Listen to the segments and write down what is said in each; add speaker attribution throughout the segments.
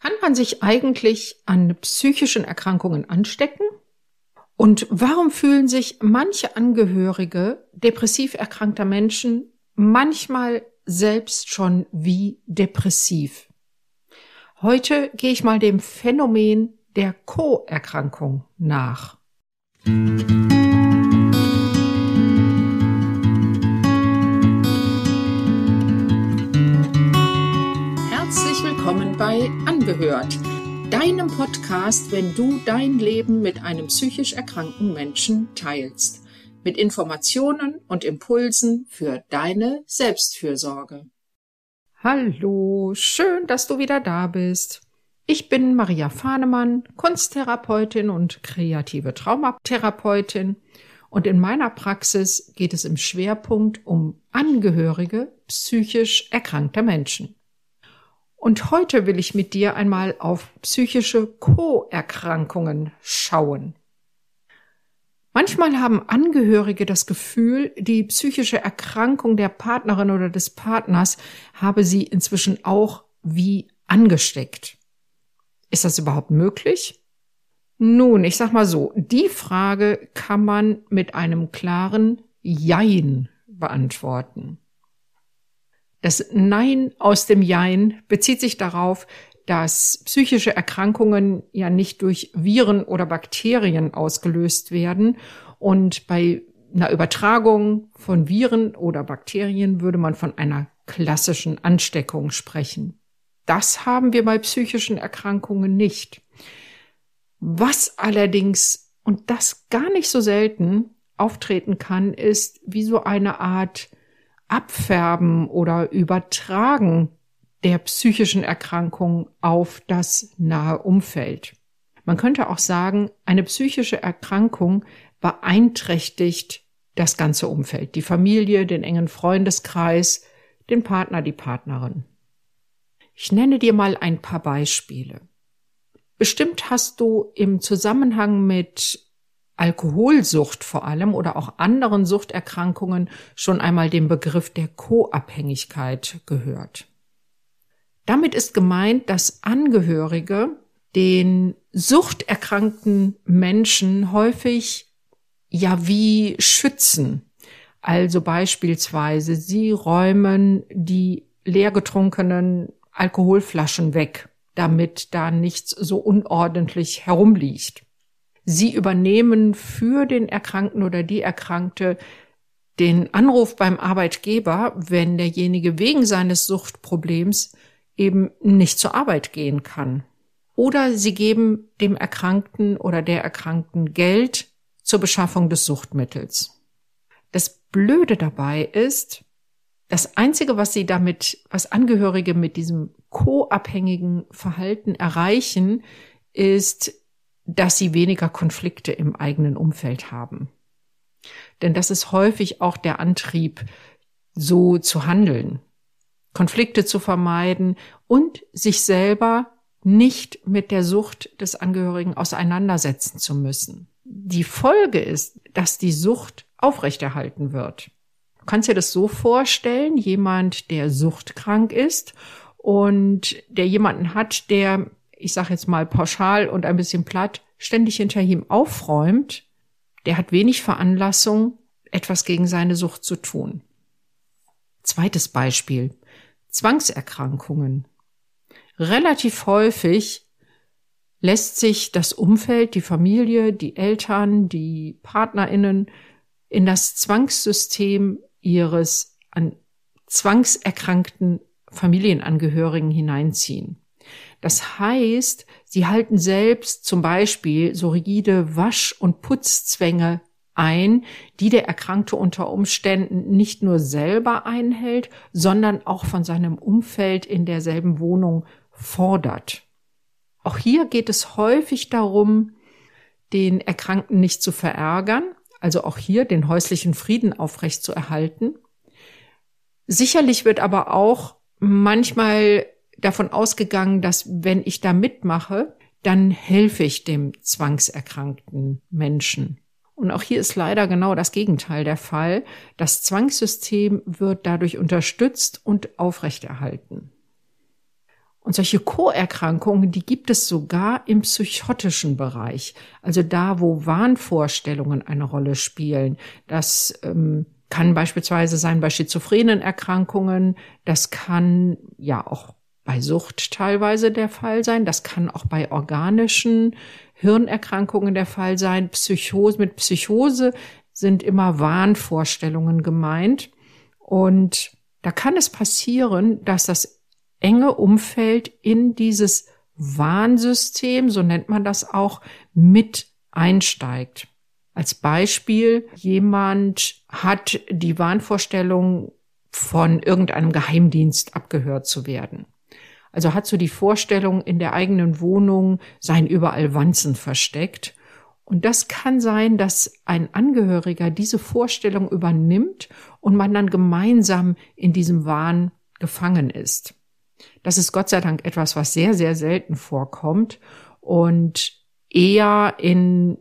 Speaker 1: Kann man sich eigentlich an psychischen Erkrankungen anstecken? Und warum fühlen sich manche Angehörige depressiv erkrankter Menschen manchmal selbst schon wie depressiv? Heute gehe ich mal dem Phänomen der Co-Erkrankung nach. Herzlich willkommen bei Angehört, deinem Podcast, wenn du dein Leben mit einem psychisch erkrankten Menschen teilst, mit Informationen und Impulsen für deine Selbstfürsorge. Hallo, schön, dass du wieder da bist. Ich bin Maria Fahnemann, Kunsttherapeutin und kreative Traumatherapeutin, und in meiner Praxis geht es im Schwerpunkt um Angehörige psychisch erkrankter Menschen. Und heute will ich mit dir einmal auf psychische Co-Erkrankungen schauen. Manchmal haben Angehörige das Gefühl, die psychische Erkrankung der Partnerin oder des Partners habe sie inzwischen auch wie angesteckt. Ist das überhaupt möglich? Nun, ich sag mal so, die Frage kann man mit einem klaren Jein beantworten. Das Nein aus dem Jein bezieht sich darauf, dass psychische Erkrankungen ja nicht durch Viren oder Bakterien ausgelöst werden, und bei einer Übertragung von Viren oder Bakterien würde man von einer klassischen Ansteckung sprechen. Das haben wir bei psychischen Erkrankungen nicht. Was allerdings, und das gar nicht so selten, auftreten kann, ist wie so eine Art Abfärben oder Übertragen der psychischen Erkrankung auf das nahe Umfeld. Man könnte auch sagen, eine psychische Erkrankung beeinträchtigt das ganze Umfeld, die Familie, den engen Freundeskreis, den Partner, die Partnerin. Ich nenne dir mal ein paar Beispiele. Bestimmt hast du im Zusammenhang mit Alkoholsucht vor allem oder auch anderen Suchterkrankungen schon einmal den Begriff der Co-Abhängigkeit gehört. Damit ist gemeint, dass Angehörige den suchterkrankten Menschen häufig ja wie schützen. Also beispielsweise, sie räumen die leergetrunkenen Alkoholflaschen weg, damit da nichts so unordentlich herumliegt. Sie übernehmen für den Erkrankten oder die Erkrankte den Anruf beim Arbeitgeber, wenn derjenige wegen seines Suchtproblems eben nicht zur Arbeit gehen kann. Oder sie geben dem Erkrankten oder der Erkrankten Geld zur Beschaffung des Suchtmittels. Das Blöde dabei ist, das Einzige, was Angehörige mit diesem co-abhängigen Verhalten erreichen, ist, dass sie weniger Konflikte im eigenen Umfeld haben. Denn das ist häufig auch der Antrieb, so zu handeln, Konflikte zu vermeiden und sich selber nicht mit der Sucht des Angehörigen auseinandersetzen zu müssen. Die Folge ist, dass die Sucht aufrechterhalten wird. Du kannst dir das so vorstellen, jemand, der suchtkrank ist und der jemanden hat, der, ich sage jetzt mal pauschal und ein bisschen platt, ständig hinter ihm aufräumt, der hat wenig Veranlassung, etwas gegen seine Sucht zu tun. Zweites Beispiel: Zwangserkrankungen. Relativ häufig lässt sich das Umfeld, die Familie, die Eltern, die PartnerInnen in das Zwangssystem ihres an zwangserkrankten Familienangehörigen hineinziehen. Das heißt, sie halten selbst zum Beispiel so rigide Wasch- und Putzzwänge ein, die der Erkrankte unter Umständen nicht nur selber einhält, sondern auch von seinem Umfeld in derselben Wohnung fordert. Auch hier geht es häufig darum, den Erkrankten nicht zu verärgern, also auch hier den häuslichen Frieden aufrechtzuerhalten. Sicherlich wird aber auch manchmal davon ausgegangen, dass wenn ich da mitmache, dann helfe ich dem zwangserkrankten Menschen. Und auch hier ist leider genau das Gegenteil der Fall. Das Zwangssystem wird dadurch unterstützt und aufrechterhalten. Und solche Co-Erkrankungen, die gibt es sogar im psychotischen Bereich. Also da, wo Wahnvorstellungen eine Rolle spielen. Das kann beispielsweise sein bei schizophrenen Erkrankungen. Das kann ja auch bei Sucht teilweise der Fall sein. Das kann auch bei organischen Hirnerkrankungen der Fall sein. Mit Psychose sind immer Wahnvorstellungen gemeint. Und da kann es passieren, dass das enge Umfeld in dieses Warnsystem, so nennt man das auch, mit einsteigt. Als Beispiel, jemand hat die Wahnvorstellung, von irgendeinem Geheimdienst abgehört zu werden. Also hat so die Vorstellung, in der eigenen Wohnung seien überall Wanzen versteckt. Und das kann sein, dass ein Angehöriger diese Vorstellung übernimmt und man dann gemeinsam in diesem Wahn gefangen ist. Das ist Gott sei Dank etwas, was sehr, sehr selten vorkommt und eher in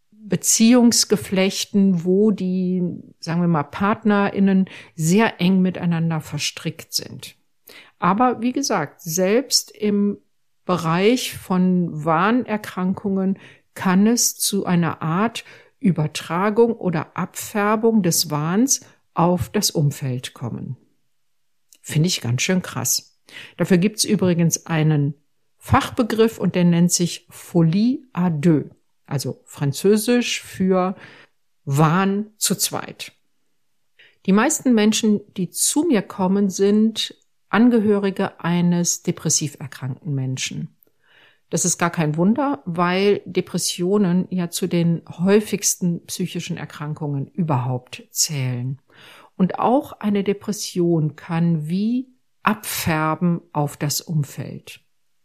Speaker 1: Beziehungsgeflechten, wo die, sagen wir mal, PartnerInnen sehr eng miteinander verstrickt sind. Aber wie gesagt, selbst im Bereich von Wahnerkrankungen kann es zu einer Art Übertragung oder Abfärbung des Wahns auf das Umfeld kommen. Finde ich ganz schön krass. Dafür gibt's übrigens einen Fachbegriff und der nennt sich Folie à deux, also französisch für Wahn zu zweit. Die meisten Menschen, die zu mir kommen, sind Angehörige eines depressiv erkrankten Menschen. Das ist gar kein Wunder, weil Depressionen ja zu den häufigsten psychischen Erkrankungen überhaupt zählen. Und auch eine Depression kann wie abfärben auf das Umfeld.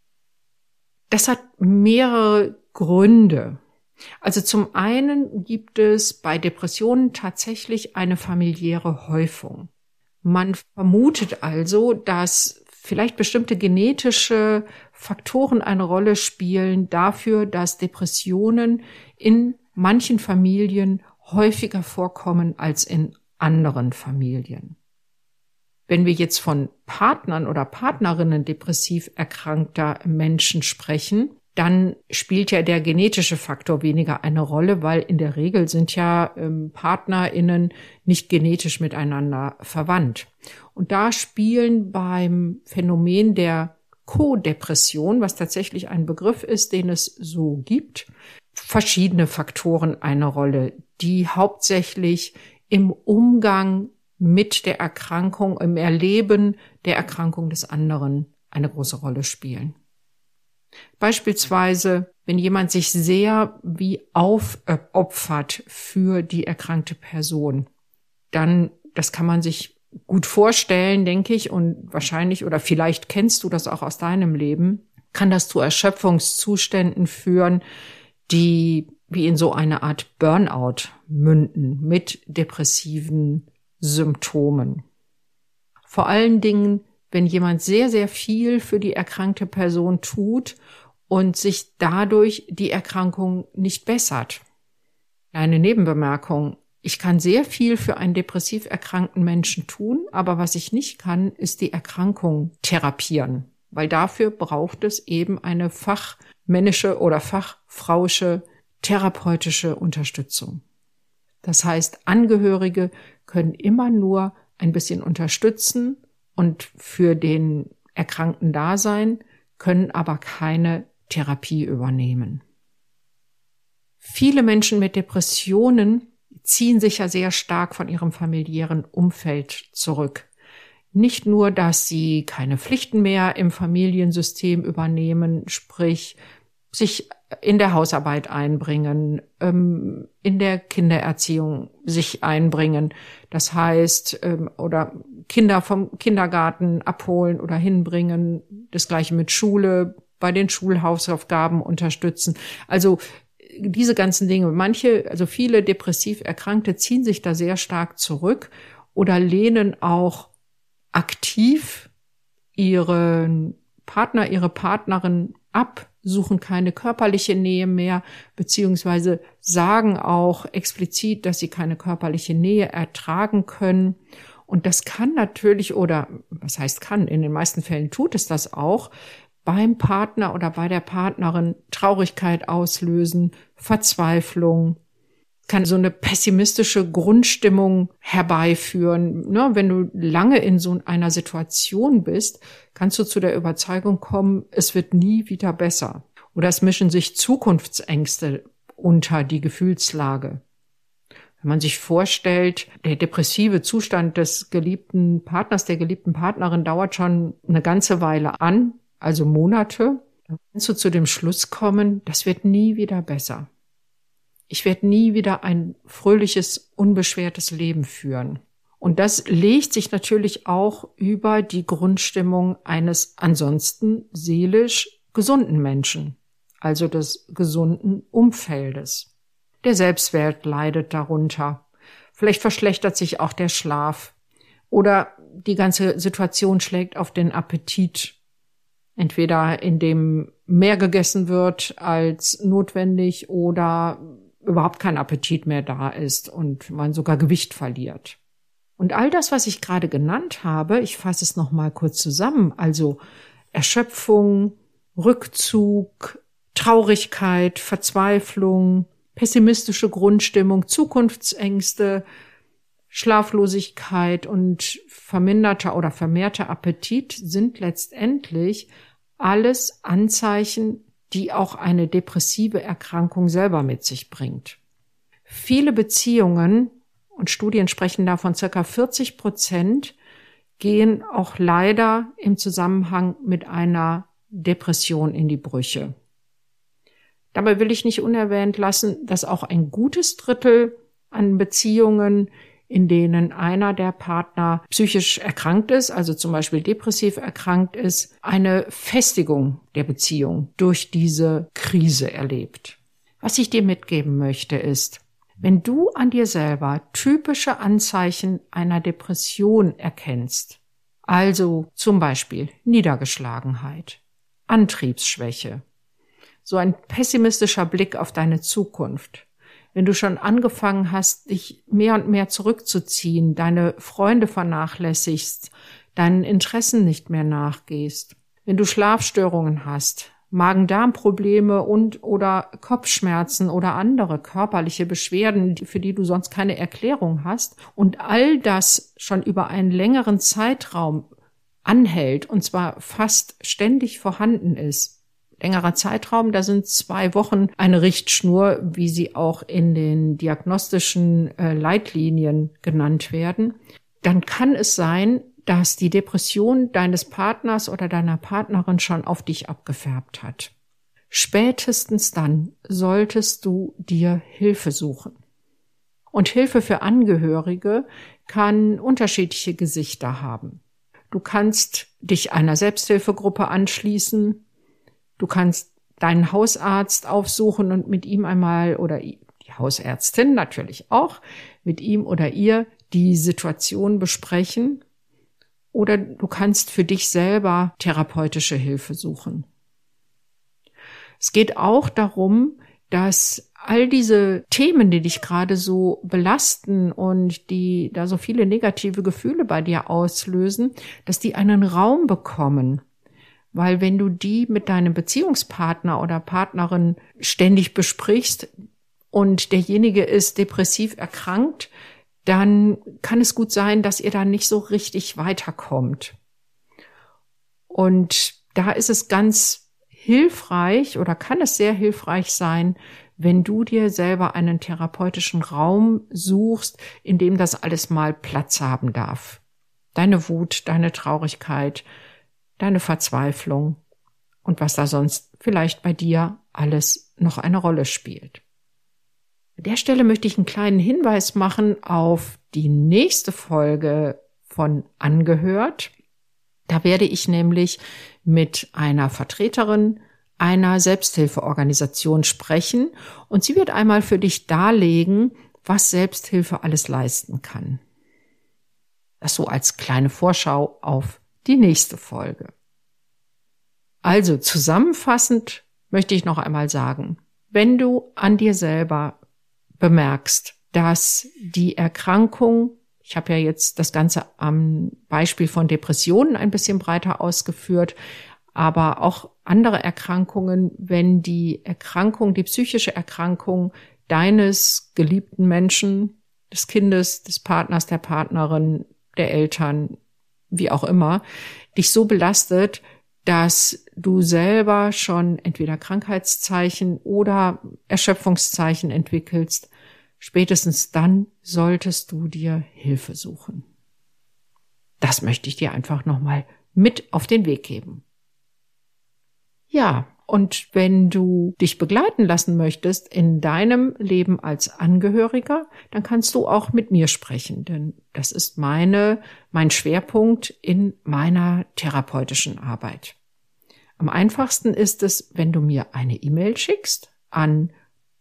Speaker 1: Das hat mehrere Gründe. Also zum einen gibt es bei Depressionen tatsächlich eine familiäre Häufung. Man vermutet also, dass vielleicht bestimmte genetische Faktoren eine Rolle spielen dafür, dass Depressionen in manchen Familien häufiger vorkommen als in anderen Familien. Wenn wir jetzt von Partnern oder Partnerinnen depressiv erkrankter Menschen sprechen, dann spielt ja der genetische Faktor weniger eine Rolle, weil in der Regel sind ja PartnerInnen nicht genetisch miteinander verwandt. Und da spielen beim Phänomen der Co-Depression, was tatsächlich ein Begriff ist, den es so gibt, verschiedene Faktoren eine Rolle, die hauptsächlich im Umgang mit der Erkrankung, im Erleben der Erkrankung des anderen eine große Rolle spielen. Beispielsweise, wenn jemand sich sehr wie aufopfert für die erkrankte Person, dann, das kann man sich gut vorstellen, denke ich, und wahrscheinlich oder vielleicht kennst du das auch aus deinem Leben, kann das zu Erschöpfungszuständen führen, die wie in so eine Art Burnout münden mit depressiven Symptomen. Vor allen Dingen, wenn jemand sehr, sehr viel für die erkrankte Person tut und sich dadurch die Erkrankung nicht bessert. Eine Nebenbemerkung. Ich kann sehr viel für einen depressiv erkrankten Menschen tun, aber was ich nicht kann, ist die Erkrankung therapieren, weil dafür braucht es eben eine fachmännische oder fachfrauische therapeutische Unterstützung. Das heißt, Angehörige können immer nur ein bisschen unterstützen und für den Erkrankten da sein, können aber keine Therapie übernehmen. Viele Menschen mit Depressionen ziehen sich ja sehr stark von ihrem familiären Umfeld zurück. Nicht nur, dass sie keine Pflichten mehr im Familiensystem übernehmen, sprich sich in der Hausarbeit einbringen, in der Kindererziehung sich einbringen. Das heißt, oder Kinder vom Kindergarten abholen oder hinbringen. Das Gleiche mit Schule, bei den Schulhausaufgaben unterstützen. Also diese ganzen Dinge. Viele depressiv Erkrankte ziehen sich da sehr stark zurück oder lehnen auch aktiv ihren Partner, ihre Partnerin ab, suchen keine körperliche Nähe mehr, beziehungsweise sagen auch explizit, dass sie keine körperliche Nähe ertragen können. Und das kann natürlich, oder was heißt kann, in den meisten Fällen tut es das auch, beim Partner oder bei der Partnerin Traurigkeit auslösen, Verzweiflung, kann so eine pessimistische Grundstimmung herbeiführen. Ne? Wenn du lange in so einer Situation bist, kannst du zu der Überzeugung kommen, es wird nie wieder besser. Oder es mischen sich Zukunftsängste unter die Gefühlslage. Wenn man sich vorstellt, der depressive Zustand des geliebten Partners, der geliebten Partnerin dauert schon eine ganze Weile an, also Monate, dann kannst du zu dem Schluss kommen, das wird nie wieder besser. Ich werde nie wieder ein fröhliches, unbeschwertes Leben führen. Und das legt sich natürlich auch über die Grundstimmung eines ansonsten seelisch gesunden Menschen, also des gesunden Umfeldes. Der Selbstwert leidet darunter. Vielleicht verschlechtert sich auch der Schlaf. Oder die ganze Situation schlägt auf den Appetit. Entweder indem mehr gegessen wird als notwendig oder überhaupt kein Appetit mehr da ist und man sogar Gewicht verliert. Und all das, was ich gerade genannt habe, ich fasse es noch mal kurz zusammen, also Erschöpfung, Rückzug, Traurigkeit, Verzweiflung, pessimistische Grundstimmung, Zukunftsängste, Schlaflosigkeit und verminderter oder vermehrter Appetit sind letztendlich alles Anzeichen, die auch eine depressive Erkrankung selber mit sich bringt. Viele Beziehungen, und Studien sprechen davon, ca. 40%, gehen auch leider im Zusammenhang mit einer Depression in die Brüche. Dabei will ich nicht unerwähnt lassen, dass auch ein gutes Drittel an Beziehungen, in denen einer der Partner psychisch erkrankt ist, also zum Beispiel depressiv erkrankt ist, eine Festigung der Beziehung durch diese Krise erlebt. Was ich dir mitgeben möchte ist, wenn du an dir selber typische Anzeichen einer Depression erkennst, also zum Beispiel Niedergeschlagenheit, Antriebsschwäche, so ein pessimistischer Blick auf deine Zukunft, wenn du schon angefangen hast, dich mehr und mehr zurückzuziehen, deine Freunde vernachlässigst, deinen Interessen nicht mehr nachgehst, wenn du Schlafstörungen hast, Magen-Darm-Probleme und oder Kopfschmerzen oder andere körperliche Beschwerden, für die du sonst keine Erklärung hast und all das schon über einen längeren Zeitraum anhält und zwar fast ständig vorhanden ist. Längerer Zeitraum, da sind 2 Wochen eine Richtschnur, wie sie auch in den diagnostischen Leitlinien genannt werden, dann kann es sein, dass die Depression deines Partners oder deiner Partnerin schon auf dich abgefärbt hat. Spätestens dann solltest du dir Hilfe suchen. Und Hilfe für Angehörige kann unterschiedliche Gesichter haben. Du kannst dich einer Selbsthilfegruppe anschließen. Du kannst deinen Hausarzt aufsuchen und mit ihm einmal, oder die Hausärztin natürlich auch, mit ihm oder ihr die Situation besprechen. Oder du kannst für dich selber therapeutische Hilfe suchen. Es geht auch darum, dass all diese Themen, die dich gerade so belasten und die da so viele negative Gefühle bei dir auslösen, dass die einen Raum bekommen. Weil wenn du die mit deinem Beziehungspartner oder Partnerin ständig besprichst und derjenige ist depressiv erkrankt, dann kann es gut sein, dass ihr da nicht so richtig weiterkommt. Und da ist es ganz hilfreich oder kann es sehr hilfreich sein, wenn du dir selber einen therapeutischen Raum suchst, in dem das alles mal Platz haben darf. Deine Wut, deine Traurigkeit, deine Verzweiflung und was da sonst vielleicht bei dir alles noch eine Rolle spielt. An der Stelle möchte ich einen kleinen Hinweis machen auf die nächste Folge von Angehört. Da werde ich nämlich mit einer Vertreterin einer Selbsthilfeorganisation sprechen und sie wird einmal für dich darlegen, was Selbsthilfe alles leisten kann. Das so als kleine Vorschau auf die nächste Folge. Also zusammenfassend möchte ich noch einmal sagen, wenn du an dir selber bemerkst, dass die Erkrankung, ich habe ja jetzt das Ganze am Beispiel von Depressionen ein bisschen breiter ausgeführt, aber auch andere Erkrankungen, wenn die psychische Erkrankung deines geliebten Menschen, des Kindes, des Partners, der Partnerin, der Eltern, wie auch immer, dich so belastet, dass du selber schon entweder Krankheitszeichen oder Erschöpfungszeichen entwickelst. Spätestens dann solltest du dir Hilfe suchen. Das möchte ich dir einfach nochmal mit auf den Weg geben. Ja, und wenn du dich begleiten lassen möchtest in deinem Leben als Angehöriger, dann kannst du auch mit mir sprechen, denn das ist mein Schwerpunkt in meiner therapeutischen Arbeit. Am einfachsten ist es, wenn du mir eine E-Mail schickst an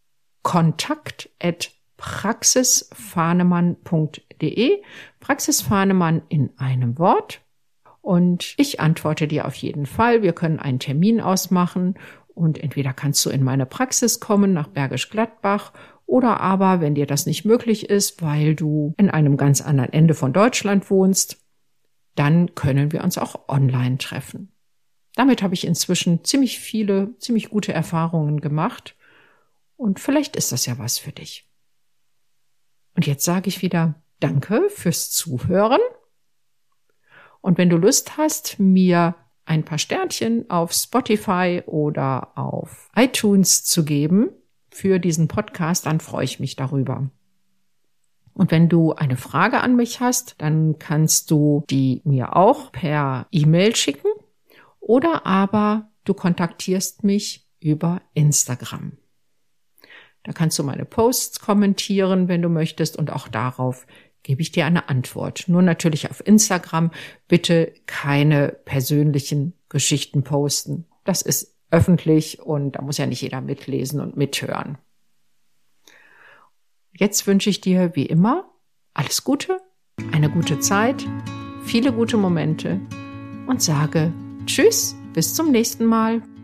Speaker 1: kontakt@praxisfahnemann.de, Praxis Fahnemann in einem Wort. Und ich antworte dir auf jeden Fall. Wir können einen Termin ausmachen und entweder kannst du in meine Praxis kommen nach Bergisch Gladbach oder aber, wenn dir das nicht möglich ist, weil du in einem ganz anderen Ende von Deutschland wohnst, dann können wir uns auch online treffen. Damit habe ich inzwischen ziemlich gute Erfahrungen gemacht und vielleicht ist das ja was für dich. Und jetzt sage ich wieder Danke fürs Zuhören. Und wenn du Lust hast, mir ein paar Sternchen auf Spotify oder auf iTunes zu geben für diesen Podcast, dann freue ich mich darüber. Und wenn du eine Frage an mich hast, dann kannst du die mir auch per E-Mail schicken oder aber du kontaktierst mich über Instagram. Da kannst du meine Posts kommentieren, wenn du möchtest, und auch darauf gebe ich dir eine Antwort. Nur natürlich auf Instagram bitte keine persönlichen Geschichten posten. Das ist öffentlich und da muss ja nicht jeder mitlesen und mithören. Jetzt wünsche ich dir wie immer alles Gute, eine gute Zeit, viele gute Momente und sage Tschüss, bis zum nächsten Mal.